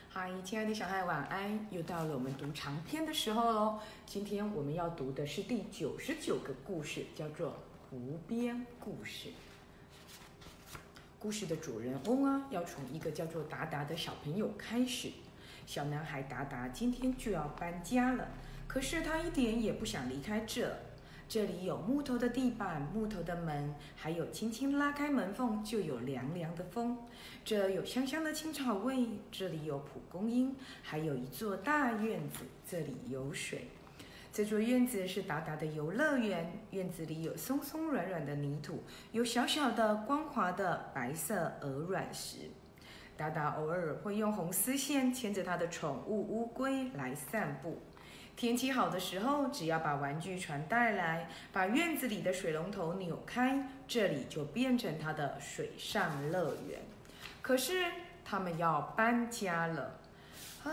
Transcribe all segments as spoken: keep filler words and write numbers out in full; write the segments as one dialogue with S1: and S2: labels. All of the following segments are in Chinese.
S1: 嗨，亲爱的小孩，晚安！又到了我们读长篇的时候喽。今天我们要读的是第九十九个故事，叫做《湖边故事》。故事的主人翁啊，要从一个叫做达达的小朋友开始。小男孩达达今天就要搬家了，可是他一点也不想离开这。这里有木头的地板、木头的门，还有轻轻拉开门缝就有凉凉的风。这有香香的青草味，这里有蒲公英，还有一座大院子，这里有水。这座院子是达达的游乐园，院子里有松松软软的泥土，有小小的光滑的白色鹅卵石。达达偶尔会用红丝线牵着他的宠物乌龟来散步。天气好的时候，只要把玩具船带来，把院子里的水龙头扭开，这里就变成他的水上乐园。可是他们要搬家了，啊，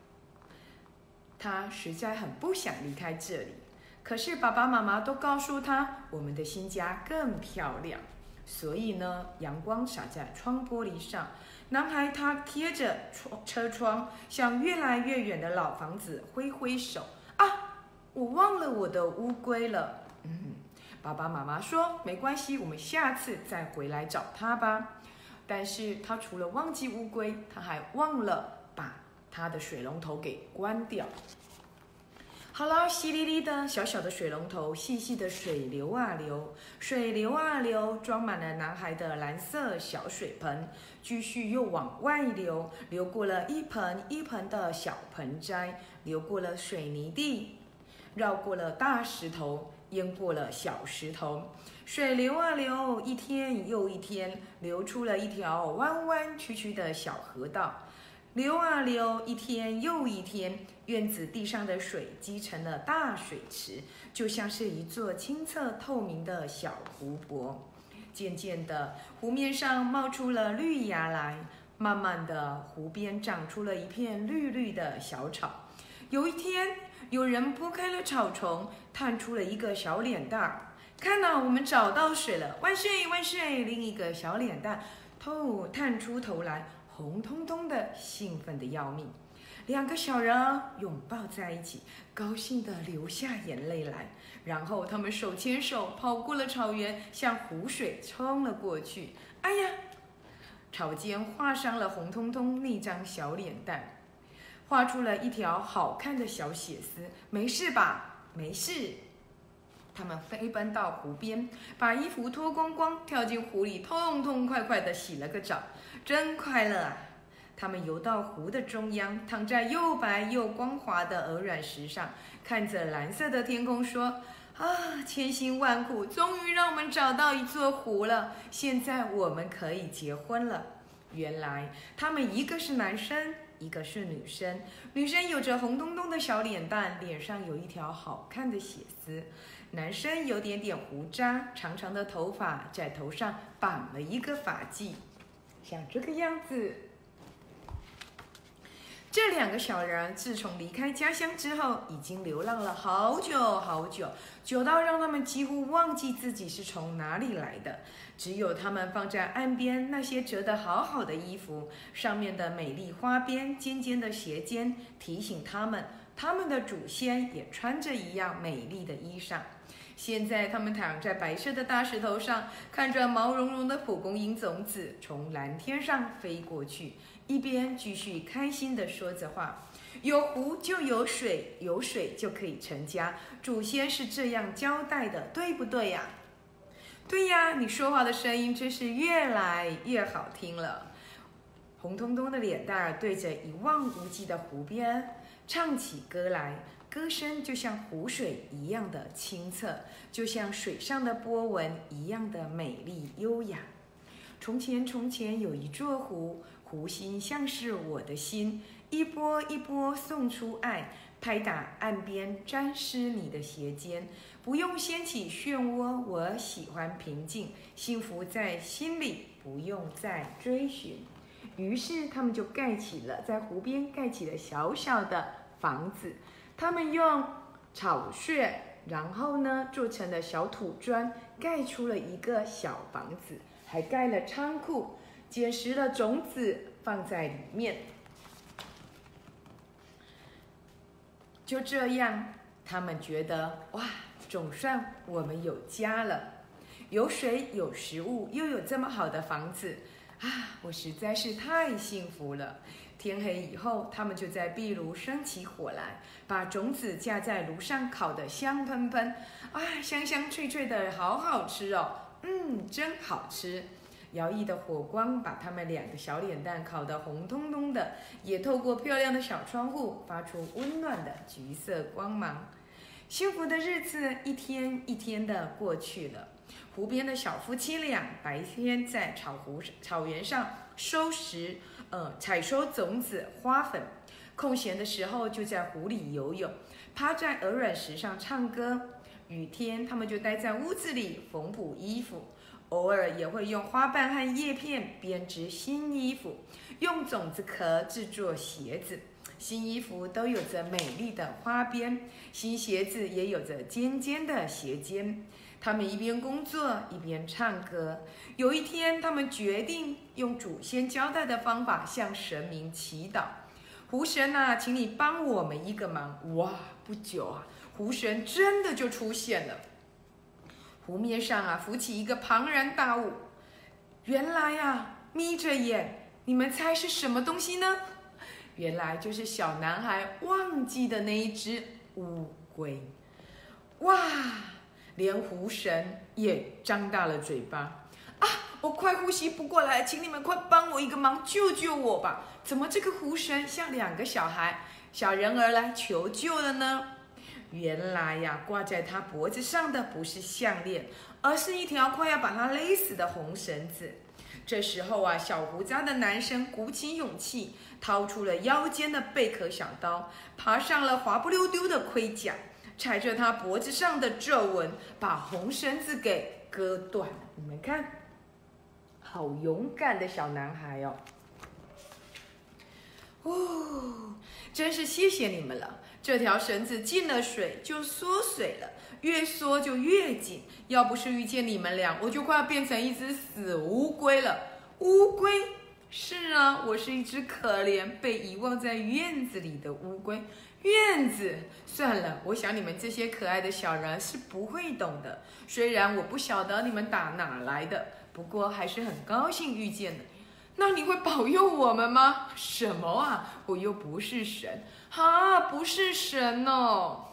S1: 他实在很不想离开这里。可是爸爸妈妈都告诉他，我们的新家更漂亮。所以呢，阳光洒在窗玻璃上，男孩他贴着车窗，向越来越远的老房子挥挥手。啊，我忘了我的乌龟了。嗯，爸爸妈妈说没关系，我们下次再回来找它吧。但是他除了忘记乌龟，他还忘了把他的水龙头给关掉。好了，淅沥沥的小小的水龙头，细细的水流啊流，水流啊流，装满了男孩的蓝色小水盆，继续又往外流，流过了一盆一盆的小盆栽，流过了水泥地，绕过了大石头，淹过了小石头。水流啊流，一天又一天，流出了一条弯弯曲曲的小河道。流啊流，一天又一天，院子地上的水积成了大水池，就像是一座清澈透明的小湖泊。渐渐的，湖面上冒出了绿芽来，慢慢的，湖边长出了一片绿绿的小草。有一天，有人拨开了草丛，探出了一个小脸蛋。看呐、啊，我们找到水了！万岁万岁！另一个小脸蛋头探出头来，红彤彤的，兴奋的要命。两个小人啊拥抱在一起，高兴的流下眼泪来。然后他们手牵手跑过了草原，向湖水冲了过去。哎呀，草间画上了红彤彤那张小脸蛋，画出了一条好看的小血丝。没事吧？没事。他们飞奔到湖边，把衣服脱光光，跳进湖里，痛痛快快地洗了个澡，真快乐啊！他们游到湖的中央，躺在又白又光滑的鹅卵石上，看着蓝色的天空，说：“啊，千辛万苦，终于让我们找到一座湖了。现在我们可以结婚了。”原来他们一个是男生，一个是女生。女生有着红彤彤的小脸蛋，脸上有一条好看的血丝。男生有点点胡渣，长长的头发，在头上绑了一个发髻，像这个样子。这两个小人自从离开家乡之后，已经流浪了好久好久，久到让他们几乎忘记自己是从哪里来的。只有他们放在岸边那些折得好好的衣服，上面的美丽花边、尖尖的斜肩，提醒他们，他们的祖先也穿着一样美丽的衣裳。现在他们躺在白色的大石头上，看着毛茸茸的蒲公英种子从蓝天上飞过去，一边继续开心地说着话。有湖就有水，有水就可以成家，祖先是这样交代的，对不对呀？对呀，你说话的声音真是越来越好听了。红彤彤的脸蛋儿对着一望无际的湖边唱起歌来，歌声就像湖水一样的清澈，就像水上的波纹一样的美丽优雅。从前从前有一座湖，湖心像是我的心，一波一波送出爱，拍打岸边，沾湿你的鞋尖。不用掀起漩涡，我喜欢平静，幸福在心里，不用再追寻。于是他们就盖起了，在湖边盖起了小小的房子。他们用草屑，然后呢做成了小土砖，盖出了一个小房子，还盖了仓库，捡拾了种子放在里面。 就这样，他们觉得哇，总算我们有家了，有水，有食物，又有这么好的房子啊！我实在是太幸福了。天黑以后，他们就在壁炉生起火来，把种子架在炉上，烤得香喷喷，啊，香香脆脆的，好好吃哦！嗯，真好吃。摇曳的火光把他们两个小脸蛋烤得红彤彤的，也透过漂亮的小窗户发出温暖的橘色光芒。幸福的日子一天一天的过去了。湖边的小夫妻俩白天在草湖草原上收拾。呃，采收种子、花粉，空闲的时候就在湖里游泳，趴在鹅卵石上唱歌。雨天，他们就待在屋子里缝补衣服，偶尔也会用花瓣和叶片编织新衣服，用种子壳制作鞋子。新衣服都有着美丽的花边，新鞋子也有着尖尖的鞋尖。他们一边工作一边唱歌。有一天，他们决定用祖先交代的方法向神明祈祷。湖神啊，请你帮我们一个忙！哇，不久啊，湖神真的就出现了。湖面上啊，浮起一个庞然大物。原来啊，眯着眼，你们猜是什么东西呢？原来就是小男孩忘记的那一只乌龟。哇！连湖神也张大了嘴巴啊！我快呼吸不过来，请你们快帮我一个忙，救救我吧！怎么这个湖神像两个小孩、小人儿来求救了呢？原来呀，挂在他脖子上的不是项链，而是一条快要把他勒死的红绳子。这时候啊，小胡渣的男生鼓起勇气，掏出了腰间的贝壳小刀，爬上了滑不溜丢的盔甲。踩着他脖子上的皱纹，把红绳子给割断了。你们看，好勇敢的小男孩哦！哦，真是谢谢你们了。这条绳子进了水就缩水了，越缩就越紧。要不是遇见你们俩，我就快要变成一只死乌龟了。乌龟？是啊，我是一只可怜被遗忘在院子里的乌龟。院子，算了，我想你们这些可爱的小人是不会懂的。虽然我不晓得你们打哪来的，不过还是很高兴遇见的。那你会保佑我们吗？什么啊，我又不是神啊，不是神哦。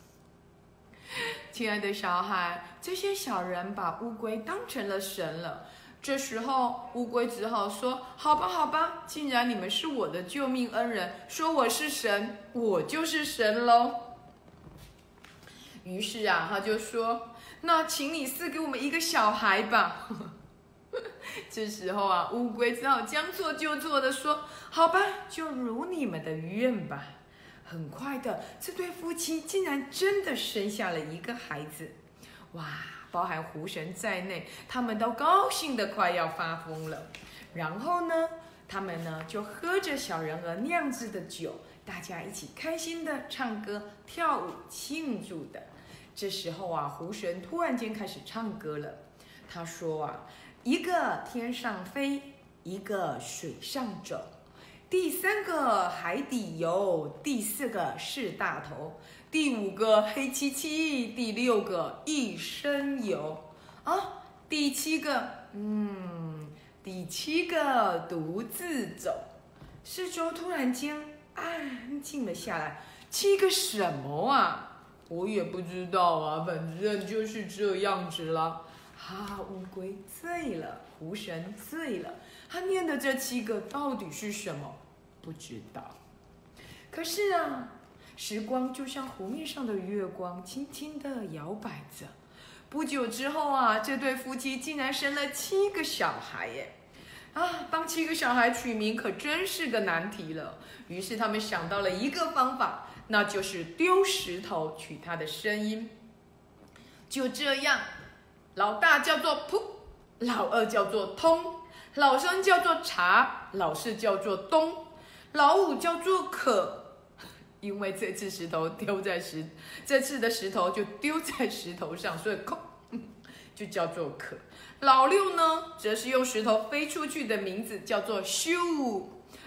S1: 亲爱的小孩，这些小人把乌龟当成了神了。这时候，乌龟只好说：“好吧，好吧，既然你们是我的救命恩人，说我是神，我就是神喽。”于是啊，他就说：“那请你赐给我们一个小孩吧。”这时候啊，乌龟只好将错就错的说：“好吧，就如你们的愿吧。”很快的，这对夫妻竟然真的生下了一个孩子，哇！包含湖神在内，他们都高兴得快要发疯了。然后呢，他们呢就喝着小人儿酿制的酒，大家一起开心地唱歌、跳舞、庆祝的。这时候啊，湖神突然间开始唱歌了。他说啊，一个天上飞，一个水上走，第三个海底游，第四个是大头。第五个黑漆漆，第六个一身油啊，第七个，嗯，第七个独自走。四周突然间安静了下来。七个什么啊？我也不知道啊，反正就是这样子啦。哈，乌龟醉了，湖神醉了，他念的这七个到底是什么？不知道。可是啊。时光就像湖面上的月光，轻轻地摇摆着。不久之后啊，这对夫妻竟然生了七个小孩耶！啊，帮七个小孩取名可真是个难题了。于是他们想到了一个方法，那就是丢石头取他的声音。就这样，老大叫做噗，老二叫做通，老三叫做茶，老四叫做东，老五叫做可。因为这次石头丢在石，这次的石头就丢在石头上，所以空就叫做可。老六呢，则是用石头飞出去的名字叫做咻。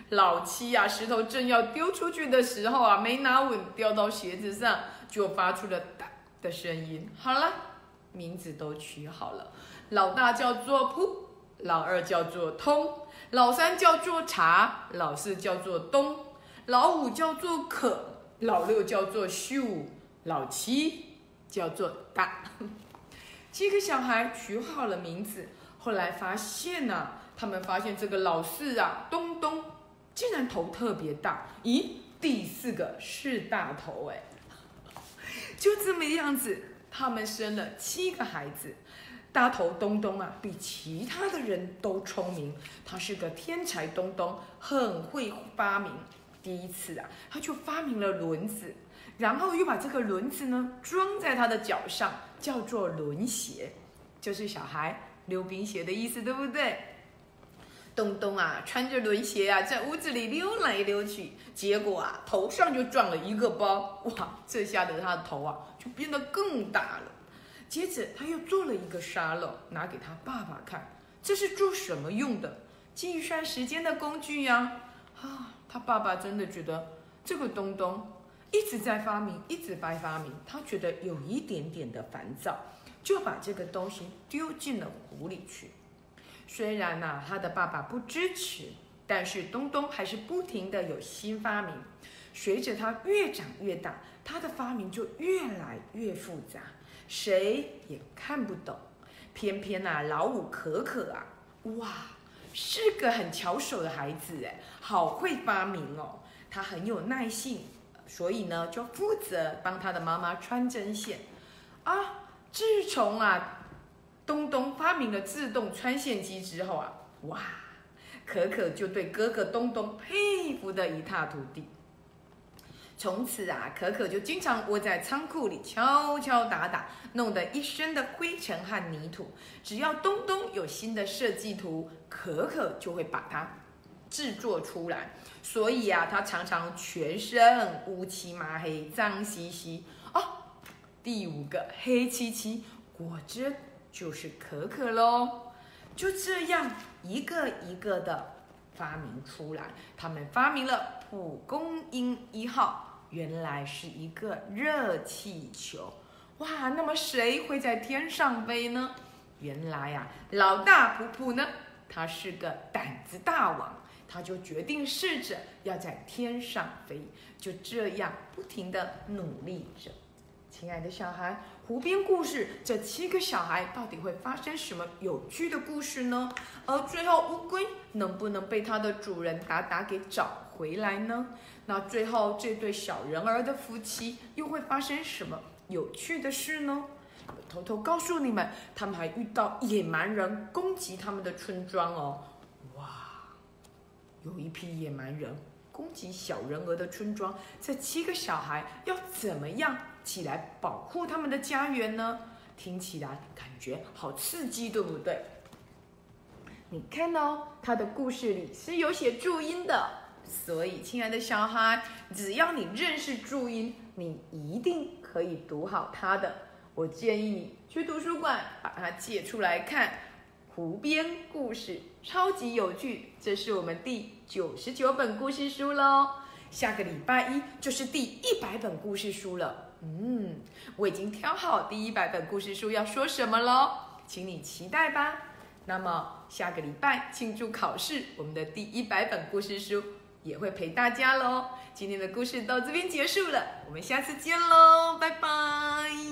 S1: 老七啊，石头正要丢出去的时候啊，没拿稳，掉到鞋子上，就发出了哒的声音。好了，名字都取好了，老大叫做噗，老二叫做通，老三叫做茶，老四叫做东，老五叫做可，老六叫做咻，老七叫做哒。七个小孩取好了名字，后来发现呢、啊，他们发现这个老四啊，东东，竟然头特别大。咦，第四个是大头哎，就这么样子，他们生了七个孩子。大头东东啊，比其他的人都聪明，他是个天才东东，很会发明。第一次啊，他就发明了轮子，然后又把这个轮子呢装在他的脚上，叫做轮鞋，就是小孩溜冰鞋的意思，对不对？东东啊，穿着轮鞋啊，在屋子里溜来溜去，结果啊，头上就撞了一个包，哇！这下子他的头啊，就变得更大了。接着他又做了一个沙漏，拿给他爸爸看，这是做什么用的？计算时间的工具呀！啊，他爸爸真的觉得这个东东一直在发明，一直在发明，他觉得有一点点的烦躁，就把这个东西丢进了湖里去。虽然啊，他的爸爸不支持，但是东东还是不停的有新发明。随着他越长越大，他的发明就越来越复杂，谁也看不懂。偏偏啊，老五可可啊，哇，是个很巧手的孩子哎，好会发明哦。他很有耐性，所以呢，就负责帮他的妈妈穿针线。啊，自从啊，东东发明了自动穿线机之后啊，哇，可可就对哥哥东东佩服得一塌涂地。从此啊，可可就经常窝在仓库里敲敲打打，弄得一身的灰尘和泥土。只要东东有新的设计图，可可就会把它制作出来。所以啊，他常常全身乌漆麻黑、脏兮兮。哦，第五个黑漆漆，果真就是可可咯。就这样一个一个的发明出来，他们发明了蒲公英一号。原来是一个热气球，哇！那么谁会在天上飞呢？原来呀、啊，老大噗噗呢，他是个胆子大王，他就决定试着要在天上飞，就这样不停地努力着。亲爱的小孩，湖边故事这七个小孩到底会发生什么有趣的故事呢？而最后乌龟能不能被它的主人达达给找回来呢？那最后这对小人儿的夫妻又会发生什么有趣的事呢？我偷偷告诉你们，他们还遇到野蛮人攻击他们的村庄哦。哇，有一批野蛮人攻击小人儿的村庄，这七个小孩要怎么样起来保护他们的家园呢？听起来感觉好刺激，对不对？你看哦，他的故事里是有写注音的。所以，亲爱的小孩，只要你认识注音，你一定可以读好它的。我建议你去图书馆把它借出来看。湖边故事超级有趣，这是我们第九十九本故事书喽。下个礼拜一就是第一百本故事书了。嗯，我已经挑好第一百本故事书要说什么喽，请你期待吧。那么下个礼拜庆祝考试，我们的第一百本故事书也会陪大家喽。今天的故事到这边结束了，我们下次见喽，拜拜。